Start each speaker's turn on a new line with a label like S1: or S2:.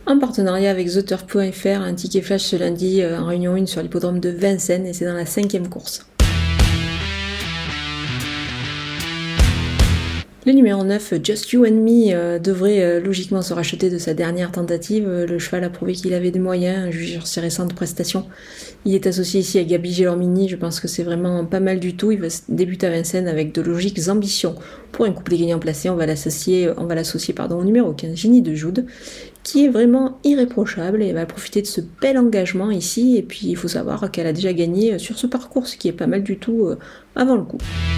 S1: en partenariat avec TheTurf.fr, un ticket flash ce lundi en réunion 1 sur l'hippodrome de Vincennes et c'est dans la 5e course. Le numéro 9, Just You and Me, devrait logiquement se racheter de sa dernière tentative. Le cheval a prouvé qu'il avait des moyens, jugé sur ses récentes prestations. Il est associé ici à Gabi Gelormini, je pense que c'est vraiment pas mal du tout. Il va débuter à Vincennes avec de logiques ambitions. Pour un couplet gagnant placé, on va l'associer au numéro 15, Ginny de Joude, qui est vraiment irréprochable et va profiter de ce bel engagement ici. Et puis il faut savoir qu'elle a déjà gagné sur ce parcours, ce qui est pas mal du tout avant le coup.